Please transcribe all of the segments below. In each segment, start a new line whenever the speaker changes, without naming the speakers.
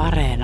Areena.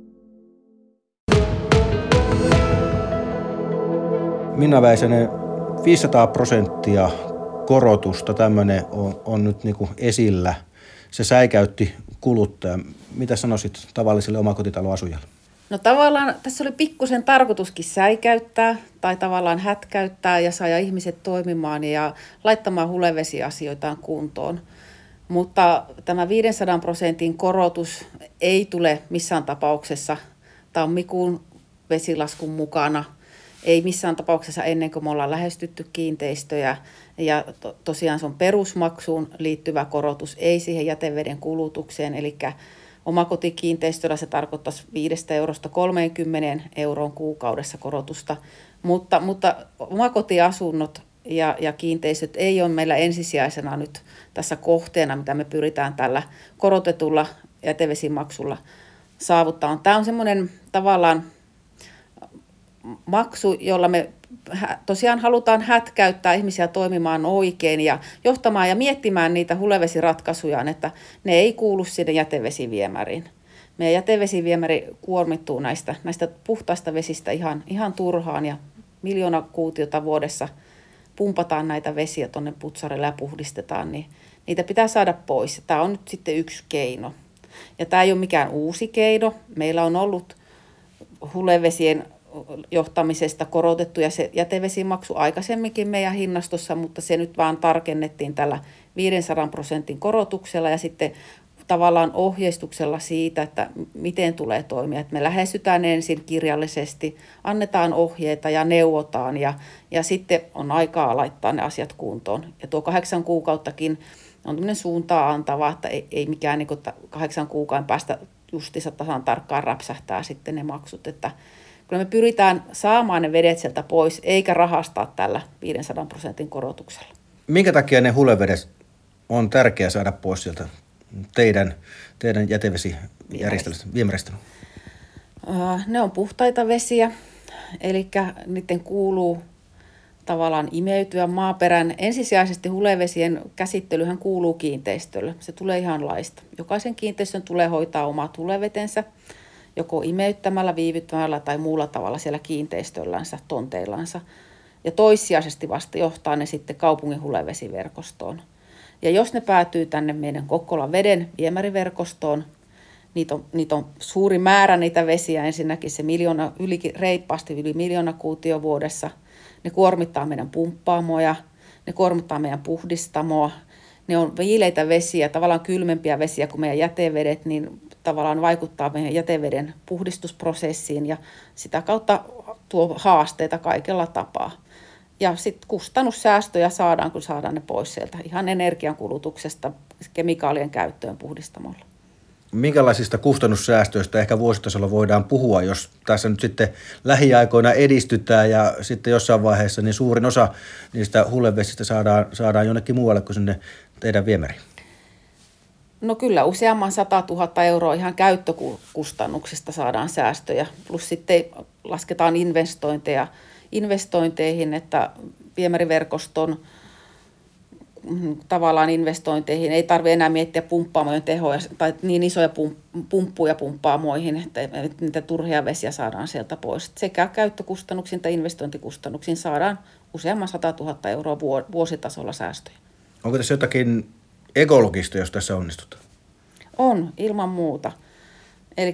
Minna Väisänen, 500% korotusta, tämmöinen on nyt niin kuin esillä. Se säikäytti kuluttaja. Mitä sanoisit tavalliselle omakotitaloasujalle?
No tavallaan tässä oli pikkusen tarkoituskin säikäyttää tai tavallaan hätkäyttää ja saada ihmiset toimimaan ja laittamaan hulevesiasioitaan kuntoon. Mutta tämä 500% korotus ei tule missään tapauksessa tammikuun vesilaskun mukana. Ei missään tapauksessa ennen kuin me ollaan lähestytty kiinteistöjä. Ja tosiaan se on perusmaksuun liittyvä korotus, ei siihen jäteveden kulutukseen. Eli omakotikiinteistöllä se tarkoittaisi 5 eurosta 30 euroon kuukaudessa korotusta. Mutta omakotiasunnot ja kiinteistöt ei ole meillä ensisijaisena nyt tässä kohteena, mitä me pyritään tällä korotetulla jätevesimaksulla saavuttaa. Tämä on semmoinen tavallaan maksu, jolla me tosiaan halutaan hätkäyttää ihmisiä toimimaan oikein ja johtamaan ja miettimään niitä hulevesiratkaisujaan, että ne ei kuulu sinne jätevesiviemäriin. Meidän jätevesiviemäri kuormittuu näistä puhtaista vesistä ihan turhaan ja 1 miljoona kuutiota vuodessa pumpataan näitä vesiä tuonne putsarille ja puhdistetaan, niin niitä pitää saada pois. Tämä on nyt sitten yksi keino. Ja tämä ei ole mikään uusi keino. Meillä on ollut hulevesien johtamisesta korotettu ja se jätevesimaksu aikaisemminkin meidän hinnastossa, mutta se nyt vaan tarkennettiin tällä 500% korotuksella ja sitten tavallaan ohjeistuksella siitä, että miten tulee toimia. Että me lähestytään ensin kirjallisesti, annetaan ohjeita ja neuvotaan ja sitten on aikaa laittaa ne asiat kuntoon. Ja tuo 8 kuukauttakin on tämmöinen suuntaa antava, että ei mikään niin 8 kuukauden päästä justiinsa tasan tarkkaan räpsähtää sitten ne maksut, että kyllä me pyritään saamaan ne vedet sieltä pois, eikä rahastaa tällä 500% korotuksella.
Minkä takia ne hulevedet on tärkeää saada pois sieltä teidän jätevesijärjestelmästä, viemäristä?
Ne on puhtaita vesiä, eli niiden kuuluu tavallaan imeytyä maaperän. Ensisijaisesti hulevesien käsittelyhän kuuluu kiinteistölle. Se tulee ihan laista. Jokaisen kiinteistön tulee hoitaa omat hulevetensä, joko imeyttämällä, viivyttämällä tai muulla tavalla siellä kiinteistöllänsä, tonteillansa. Ja toissijaisesti vasta johtaa ne sitten kaupungin hulevesiverkostoon. Ja jos ne päätyy tänne meidän Kokkolan veden viemäriverkostoon, niitä on suuri määrä niitä vesiä, ensinnäkin se reippaasti yli 1 miljoona kuutio vuodessa. Ne kuormittaa meidän pumppaamoja, ne kuormittaa meidän puhdistamoa. Ne on viileitä vesiä, tavallaan kylmempiä vesiä kuin meidän jätevedet, niin tavallaan vaikuttaa meidän jäteveden puhdistusprosessiin ja sitä kautta tuo haasteita kaikella tapaa. Ja sitten kustannussäästöjä saadaan, kun saadaan ne pois sieltä ihan energiankulutuksesta kemikaalien käyttöön puhdistamolla.
Minkälaisista kustannussäästöistä ehkä vuositasolla voidaan puhua, jos tässä nyt sitten lähiaikoina edistytään ja sitten jossain vaiheessa niin suurin osa niistä hulevesistä saadaan jonnekin muualle kuin sinne teidän viemäriin?
No kyllä useamman 100 000 euroa ihan käyttökustannuksista saadaan säästöjä, plus sitten lasketaan investointeihin, että viemäriverkoston tavallaan investointeihin ei tarvitse enää miettiä pumppaamojen tehoja tai niin isoja pumppuja pumppaamoihin, että niitä turhia vesiä saadaan sieltä pois. Sekä käyttökustannuksiin että investointikustannuksiin saadaan useamman 100 000 euroa vuositasolla säästöjä.
Onko tässä jotakin ekologista, jos tässä onnistutaan?
On, ilman muuta. Eli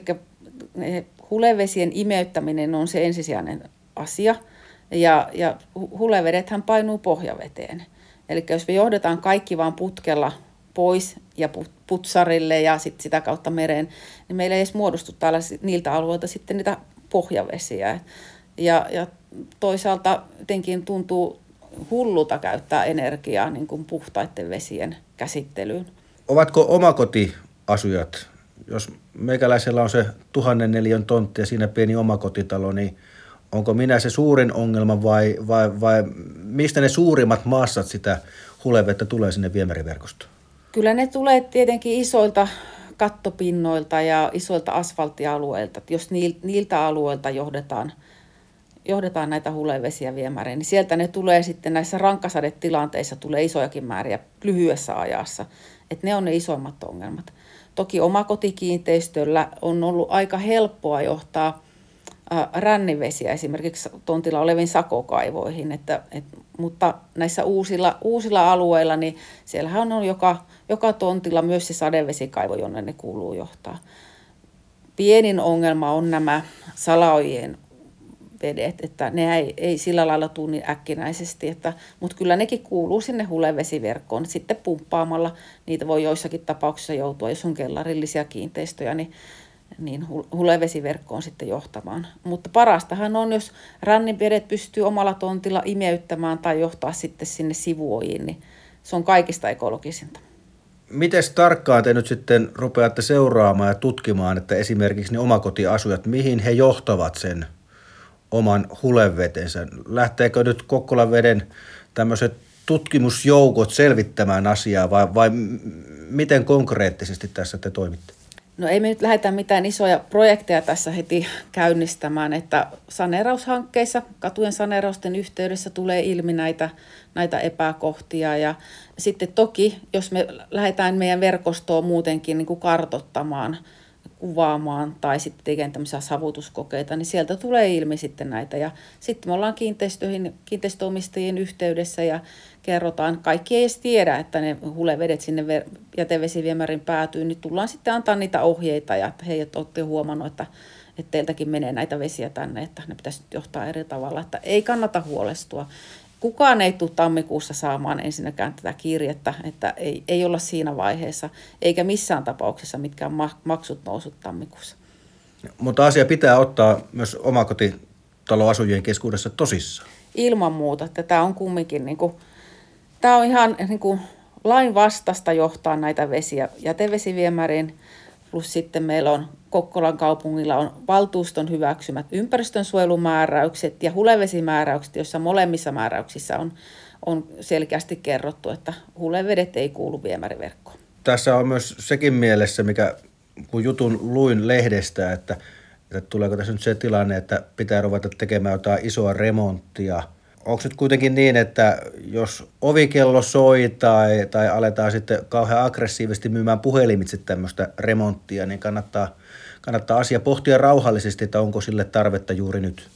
hulevesien imeyttäminen on se ensisijainen asia ja hulevedethän painuu pohjaveteen. Eli jos me johdetaan kaikki vaan putkella pois ja putsarille ja sitä kautta mereen, niin meillä ei edes muodostu täällä niiltä alueilta sitten niitä pohjavesiä. Ja toisaalta jotenkin tuntuu hullulta käyttää energiaa niin kuin puhtaiden vesien käsittelyyn.
Ovatko omakotiasujat, jos meikäläisellä on se 1000 neliön tontti ja siinä pieni omakotitalo, niin onko minä se suurin ongelma vai mistä ne suurimmat massat sitä hulevettä tulee sinne viemäriverkostoon?
Kyllä ne tulee tietenkin isoilta kattopinnoilta ja isoilta asfalttialueilta. Jos niiltä alueilta johdetaan näitä hulevesiä viemäriin, niin sieltä ne tulee sitten näissä rankkasadetilanteissa tulee isojakin määriä lyhyessä ajassa. Että ne on ne isoimmat ongelmat. Toki omakotikiinteistöllä on ollut aika helppoa johtaa rännivesiä esimerkiksi tontilla oleviin sakokaivoihin, mutta näissä uusilla alueilla, niin siellähän on joka tontilla myös se sadevesikaivo, jonne ne kuuluu johtaa. Pienin ongelma on nämä salaojien vedet, että ne ei sillä lailla tule niin äkkinäisesti, mutta kyllä nekin kuuluu sinne hulevesiverkkoon. Sitten pumppaamalla niitä voi joissakin tapauksissa joutua, jos on kellarillisia kiinteistöjä, niin hulevesiverkkoon sitten johtamaan. Mutta parastahan on, jos ranninvedet pystyy omalla tontilla imeyttämään tai johtaa sitten sinne sivuojiin, niin se on kaikista ekologisinta.
Miten tarkkaan te nyt sitten rupeatte seuraamaan ja tutkimaan, että esimerkiksi ne omakotiasujat, mihin he johtavat sen oman hulevetensä? Lähteekö nyt Kokkolanveden tämmöiset tutkimusjoukot selvittämään asiaa vai miten konkreettisesti tässä te toimitte?
No ei me nyt lähdetä mitään isoja projekteja tässä heti käynnistämään, että saneeraushankkeissa, katujen saneerausten yhteydessä tulee ilmi näitä epäkohtia ja sitten toki, jos me lähdetään meidän verkostoa muutenkin niin kuin kartoittamaan, kuvaamaan tai sitten tekemään tämmöisiä savutuskokeita, niin sieltä tulee ilmi sitten näitä. Ja sitten me ollaan kiinteistöomistajien yhteydessä ja kerrotaan, kaikki ei edes tiedä, että ne hulevedet sinne jätevesiviemärin päätyy, niin tullaan sitten antaa niitä ohjeita ja että hei, olette huomannut, että teiltäkin menee näitä vesiä tänne, että ne pitäisi nyt johtaa eri tavalla, että ei kannata huolestua. Kukaan ei tule tammikuussa saamaan ensinnäkään tätä kirjettä, että ei olla siinä vaiheessa, eikä missään tapauksessa mitkään maksut nousut tammikuussa.
Mutta asia pitää ottaa myös omakotitaloasujien keskuudessa tosissaan.
Ilman muuta, että tämä on kumminkin, tämä on ihan lainvastaista johtaa näitä vesiä jätevesiviemäriin, plus sitten meillä on Kokkolan kaupungilla on valtuuston hyväksymät ympäristönsuojelumääräykset ja hulevesimääräykset, joissa molemmissa määräyksissä on selkeästi kerrottu, että hulevedet ei kuulu viemäriverkkoon.
Tässä on myös sekin mielessä, mikä kun jutun luin lehdestä, että tuleeko tässä nyt se tilanne, että pitää ruveta tekemään jotain isoa remonttia. Onko nyt kuitenkin niin, että jos ovikello soi tai aletaan sitten kauhean aggressiivisesti myymään puhelimitse tämmöistä remonttia, niin kannattaa asia pohtia rauhallisesti, että onko sille tarvetta juuri nyt?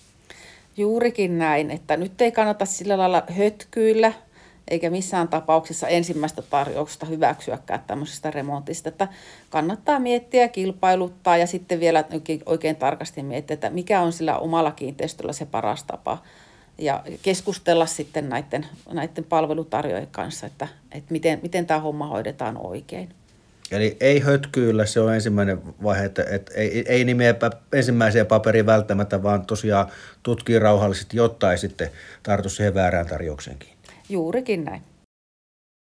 Juurikin näin, että nyt ei kannata sillä lailla hötkyillä, eikä missään tapauksessa ensimmäistä tarjouksesta hyväksyäkään tämmöisestä remontista, että kannattaa miettiä ja kilpailuttaa ja sitten vielä oikein tarkasti miettiä, että mikä on sillä omalla kiinteistöllä se paras tapa ja keskustella sitten näiden palvelutarjoajien kanssa, että miten tämä homma hoidetaan oikein.
Eli ei hötkyillä, se on ensimmäinen vaihe, että ei nimeä ensimmäiseen paperiin välttämättä, vaan tosiaan tutkii rauhallisesti, jotta ei sitten tartu siihen väärään tarjoukseenkin.
Juurikin näin.